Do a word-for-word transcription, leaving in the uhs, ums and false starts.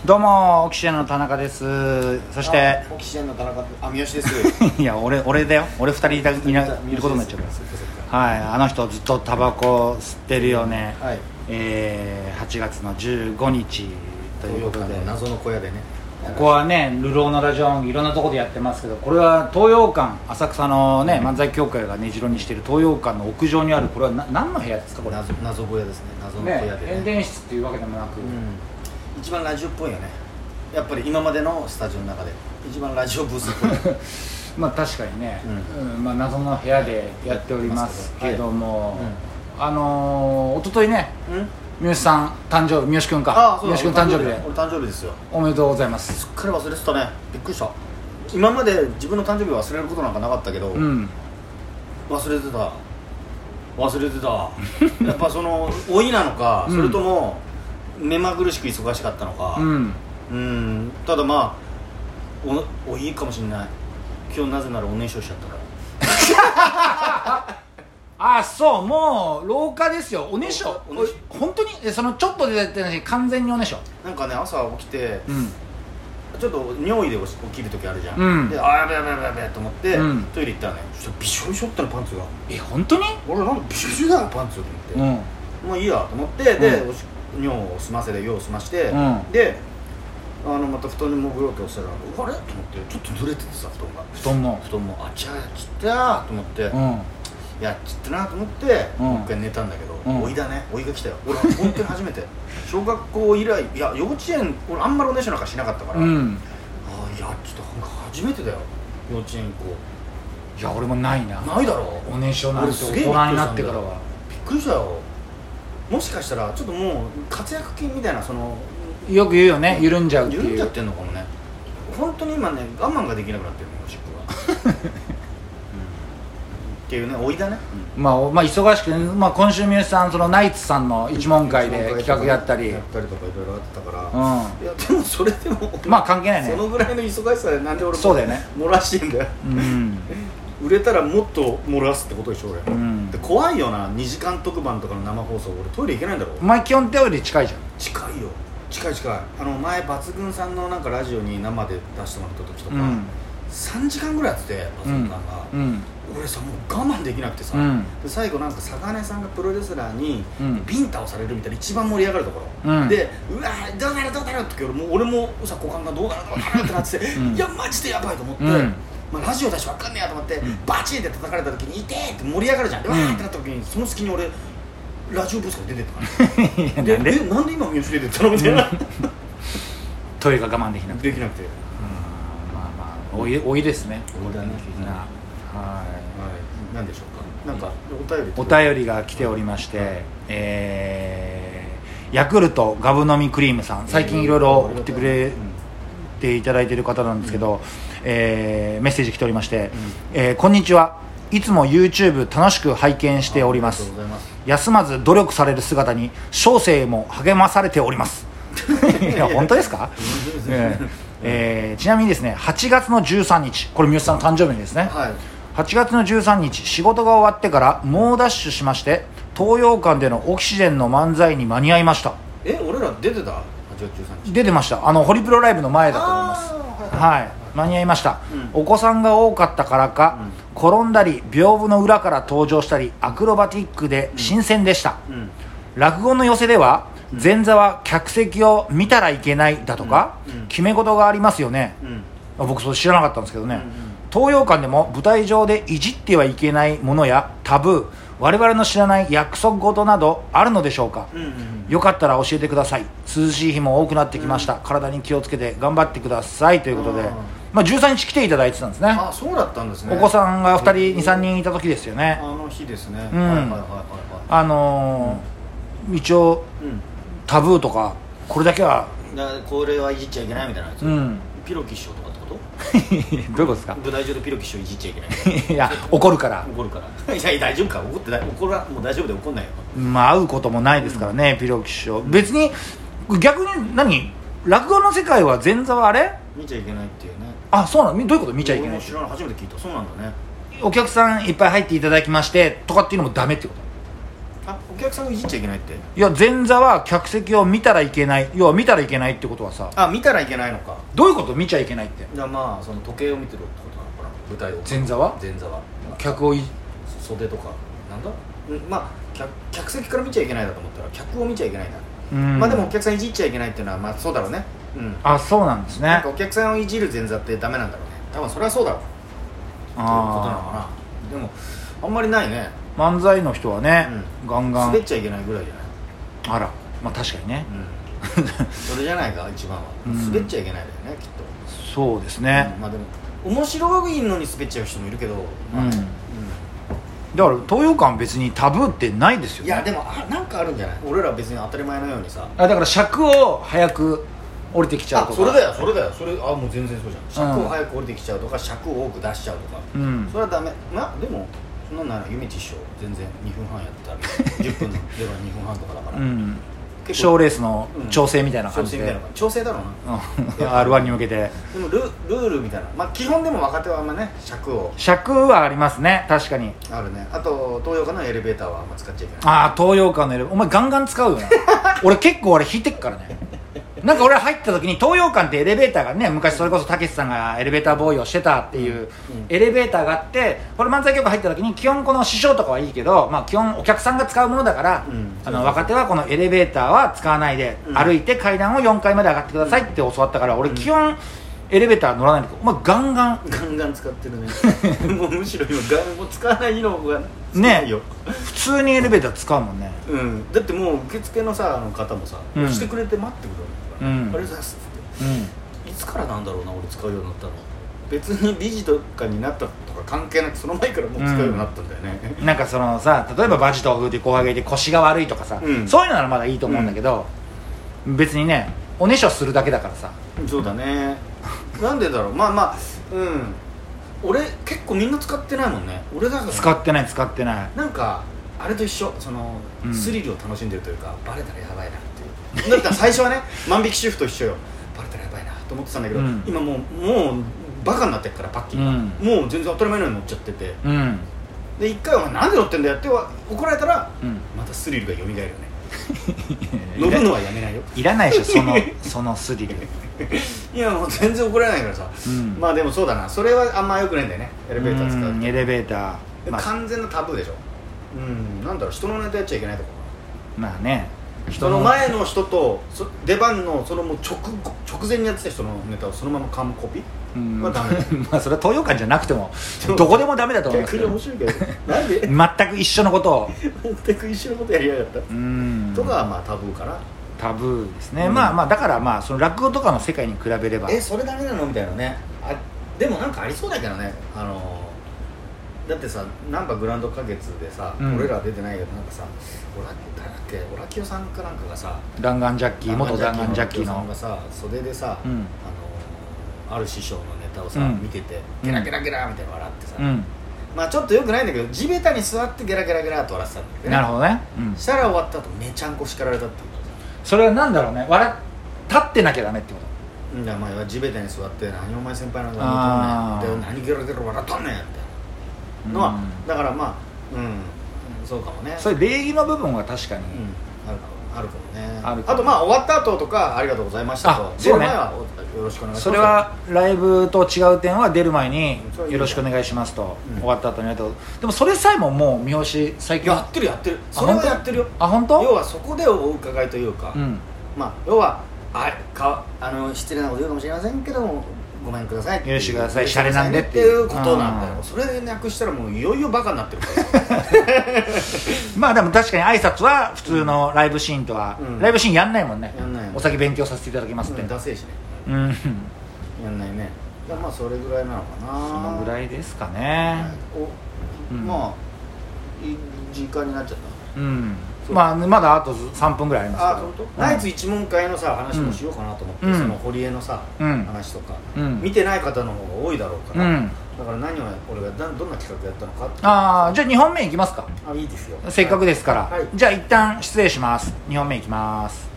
どうもオキシエンの田中です。そしてオキシエンの田中、あ、三好ですいや俺俺だよ。俺ふたりいたいないることになっちゃうから。はい、あの人ずっとタバコ吸ってるよね。 はい、 えー、はちがつのじゅうごにちということで、 謎の小屋でね、 ここはね、流浪のラジオいろんなところでやってますけど、これは東洋館、浅草のね、漫才協会が根城にしている東洋館の屋上にある、これはな何の部屋ですかこれ。 謎, 謎小屋ですね。謎の小屋で、ね、 変電室っていうわけでもなく、うん、 一番ラジオっぽいよね。やっぱり今までのスタジオの中で一番ラジオブースっぽいまあ確かにね、うんうん、まあ、謎の部屋でやっておりますけども、はい、うん、あのー、おとといね、三好さん誕生日、三好くんか、三好くん誕生日で、 俺誕生日ですよ。 おめでとうございます。 すっかり忘れてたね。びっくりした。今まで自分の誕生日忘れることなんかなかったけど、うん、忘れてた忘れてたやっぱその老いなのか、それとも目まぐるしく忙しかったのか、うん、うん、ただまあ お, おいいかもしれない。今日なぜならおねしょしちゃったからああ、そう、もう廊下ですよ。おねしょ、本当にそのちょっとでやってないし、完全におねしょ。 なんかね、朝起きて、うん、ちょっと尿意で起きる時あるじゃん、うん、で、あーやべやべやべやべと思って、うん、トイレ行ったらね、そしたらびしょびしょってのパンツが。え、本当に俺なんかびしょびしょだよパンツと思って、うん、もういいやと思って、で、うん、尿を済ませて用を済まして、うん、であのまた布団に潜ろうとしたら、あれと思ってちょっとずれててさ、布団が布団も布団もあっちゃやっちったーと思って、うん、やっちったなと思って、うん、もう一回寝たんだけど、うん、老いだね、老いが来たよ。俺本当に初めて小学校以来、いや幼稚園、俺あんまりおねしょなんかしなかったから、うん、ああ、いやちょっと初めてだよ、幼稚園行こう。 いや俺もないな。 ないだろおねしょなんて大人になってからは。 びっくりしたよ。もしかしたらちょっともう活躍筋みたいな、そのよく言うよね、緩んじゃうっていう。 緩んじゃってんのかもね。本当に今ね、我慢ができなくなってるの、おしっこが、うん、っていうね、老いだね、 うん、まあ、まあ忙しくて、まあ、今週三好さん、そのナイツさんの一問会で企画やったりやったりとかいろいろあってたから、うん、いやでもそれでもまあ関係ないね。 そのぐらいの忙しさでなんで俺もそうだよね、 漏らしてんだよ、うん、売れたらもっと漏らすってことでしょ俺、うん、で怖いよな、にじかん特番とかの生放送、俺トイレ行けないんだろ。 お前基本手より近いじゃん。 近いよ、近い近い。あの前抜群さんのなんかラジオに生で出してもらった時とか、うん、さんじかんぐらいやってて、抜群さんが、うんうん、俺さもう我慢できなくてさ、うん、で最後なんか坂根さんがプロレスラーにビンタをされるみたいな一番盛り上がるところ、うん、でうわーどうなるどうなるって俺も俺もさ股間がどうなるどうなるってなってて、うん、いやマジでやばいと思って、うん、まあ、ラジオだし分かんねえやと思って、うん、バチンって叩かれた時に痛えって盛り上がるじゃん、うん、わーってなった時にその隙に俺ラジオブースから出てったからでなんでえなんで今三好出てったのみたいなトイレが我慢できなくてできなくて、うん、 まあまあおいおいですね。 おいだね、 みんな。はい、 はい、何でしょうか。なんかお便りお便りが来ておりまして、はい、えー、ヤクルトガブ飲みクリームさん、最近いろいろ送ってくれていただいている方なんですけど、うん、えー、メッセージ来ておりまして、うん、えー、こんにちは、いつも YouTube 楽しく拝見しております。休まず努力される姿に小生も励まされておりますいや本当ですか、えーえー、ちなみにですね、はちがつのじゅうさんにち、これ三好さんの誕生日ですね、はい、はちがつのじゅうさんにち仕事が終わってから猛ダッシュしまして、東洋館でのオキシジェンの漫才に間に合いました。 え、俺ら出てた？はちがつじゅうさんにち出てました。あのホリプロライブの前だと思います。はい、はい、間に合いました、うん、お子さんが多かったからか、うん、転んだり屏風の裏から登場したりアクロバティックで新鮮でした、うん、落語の寄せでは、うん、前座は客席を見たらいけないだとか、うん、決め事がありますよね、うん、僕それ知らなかったんですけどね、うんうん、東洋館でも舞台上でいじってはいけないものやタブー、我々の知らない約束事などあるのでしょうか、うんうんうん、よかったら教えてください。涼しい日も多くなってきました、うん、体に気をつけて頑張ってくださいということで、まあ、じゅうさんにち来ていただいてたんですね。 あ、そうだったんですね。 お子さんがふたり、にさんにんいた時ですよね。 あの日ですね、 うん、はいはいはいはい、あのーうん、一応、うん、タブーとかこれだけはだこれはいじっちゃいけないみたいなやつ、うん、ピロキ師匠とかってことどういうことですか。 舞台上でピロキ師匠いじっちゃいけないいや怒るから怒るからいや大丈夫か、怒ってない、怒らもう大丈夫で怒んないよ。 まあ会うこともないですからね、うん、ピロキ師匠、別に逆に何落語の世界は前座はあれ見ちゃいけないっていうね。 あ、そうなの。どういうこと？見ちゃいけないって。 知らない、初めて聞いた。そうなんだね。 お客さんいっぱい入っていただきましてとかっていうのもダメってこあ、お客さんをいじっちゃいけないって。 いや前座は客席を見たらいけない、要は見たらいけないってことはさ、 あ、見たらいけないのか。 どういうこと？見ちゃいけないって。 じゃあまあその時計を見てるってことなのかな、舞台を。 前座は前座は客をい袖とかなんだ、うん、まあ 客, 客席から見ちゃいけないだと思ったら客を見ちゃいけないんだ。うん、まあでもお客さんいじっちゃいけないっていうのはまあそうだろうね。うん、 あ、そうなんですね。 なんかお客さんをいじる前座ってダメなんだろうね。多分それはそうだろうっていうことなのかな。でもあんまりないね。 漫才の人はね、うん、ガンガン滑っちゃいけないぐらいじゃない。 あら、まあ確かにね、 うん、それじゃないか一番は、うん、滑っちゃいけないだよねきっと。 そうですね、 うん、まあでも面白いのに滑っちゃう人もいるけど、まあ、うん、うん、 だから東洋館別にタブーってないですよね。 いやでもあなんかあるんじゃない。俺ら別に当たり前のようにさ、 あ、だから尺を早く降りてきちゃうとか。 あ、それだよそれだよそれ、あ、もう全然そうじゃん。尺を早く降りてきちゃうとか、尺を多く出しちゃうとか、うん、それはダメ。まあでもそんなの夢知師匠全然にふんはんやってたらじゅっぷんの出番にふんはんとかだから、うん、 賞レースの調整みたいな感じで、 うん、調整だろうな、 うん、アールワン に向けて。でも ル, ルールみたいな、まあ基本でも若手はあんまね尺を尺はありますね。確かにあるね。あと東洋館のエレベーターはあんま使っちゃいけない。 ああ、東洋館のエレベーターお前ガンガン使うよな俺結構俺引いてっからねなんか俺入った時に東洋館ってエレベーターがね、昔それこそたけしさんがエレベーターボーイをしてたっていうエレベーターがあって、これ漫才協会入った時に基本この師匠とかはいいけど、まあ基本お客さんが使うものだから、うん、あの若手はこのエレベーターは使わないで、うん、歩いて階段をよんかいまで上がってくださいって教わったから、俺基本エレベーター乗らないんだけど、お前ガンガンガンガン使ってるねもうむしろ今ガンもう使わないのが少ないよ、 ね、普通にエレベーター使うもんね、 うん、だってもう受付のさあの方もさ、うん、押してくれて待ってくれるから、うん、ありがとうございますって、うん、いつからなんだろうな俺使うようになったの。別に理事とかになったとか関係なくその前からもう使うようになったんだよね、 うん、なんかそのさ、例えばバジ豆腐で後輩がいて腰が悪いとかさ、うん、そういうのならまだいいと思うんだけど、うん、別にねおねしょするだけだからさ。 そうだねなんでだろう。まあまあうん俺結構みんな使ってないもんね。俺だから使ってない使ってない。 なんかあれと一緒、その、うん、スリルを楽しんでるというか、バレたらやばいなっていうだから最初はね万引き主婦と一緒よ。バレたらやばいなと思ってたんだけど、うん、今もうもうバカになってるからパッキンが、うん、もう全然当たり前のように乗っちゃってて、うん、で一回はなんで乗ってんだよって怒られたら、うん、またスリルが蘇るよね乗るのはやめないよ。 いらないでしょそのそのスリルいやもう全然怒られないからさ、うん、まあでもそうだな、それはあんま良くないんだよねエレベーター使う、うん、 エレベーター、 まあ、完全なタブーでしょ。うん、なんだろう、人のネタやっちゃいけないとか。 まあね、 人の前の人と出番のそのもう 直, 直前にやってた人のネタをそのまま完コピはダメだまあそれは東洋館じゃなくてもどこでもダメだと思いますけど。 逆に面白いけどなんで全く一緒のことを全く一緒のことやりやがったうんとかはまあタブーかな。 タブーですね、うん、まあまあだからまあその落語とかの世界に比べればえそれダメなのみたいなね。あでもなんかありそうだけどね。あのだってさ、なんかグランド花月でさ、うん、俺ら出てないけどなんかさ、オラ誰だっけ、オラキオさんかなんかがさ、 弾丸ジャッキー、元弾丸ジャッキーのさんがさ、袖でさ、うん、あのある師匠のネタをさ、うん、見ててゲラゲラゲラみたいな笑ってさ、うん、まあちょっとよくないんだけど地べたに座ってゲラゲラゲラと笑ってたんだよね。 なるほどね、 うん、したら終わった後めちゃんこ叱られたっていう。 それはなんだろうね、笑立ってなきゃダメってこと。 いやまあ地べたに座って何お前先輩なんか見とんねんで何ゲラゲラ笑っとんねんってのは、うん、だからまあうんそうかもね。 そういう礼儀の部分は確かに、うん、 あるかもあるかもね。 あるあとまあ終わった後とかありがとうございましたと出る前はよろしくお願いします。 それはライブと違う点は出る前によろしくお願いしますと、うん、終わった後にやると。でもそれさえももう三好最近やってるやってるそれはやってるよ。 あ本当？ 要はそこでお伺いというか、うん、まあ要はあかあの失礼なこと言うかもしれませんけどもごめんください許してくださいシャレなんでっていうことなんだよ。それでなくしたらもういよいよバカになってるからまあでも確かに挨拶は普通のライブシーンとは、うん、ライブシーンやんないもんね。 やんないお酒勉強させていただきますって、うん、 ダセえしね、うん、やんないね。まあそれぐらいなのかな。 そのぐらいですかね、 お、うん、まあいい時間になっちゃった。うんまあ、まだあとさんぷんぐらいありますけど、 うん、ナイツ一問会のさ話もしようかなと思って、うん、その堀江のさ、うん、話とか、うん、見てない方の方が多いだろうから、うん、だから何を俺がどんな企画やったのかって。 ああじゃあにほんめいきますか。 あいいですよ、 せっかくですから、 はい、 じゃあ一旦失礼します。にほんめいきます。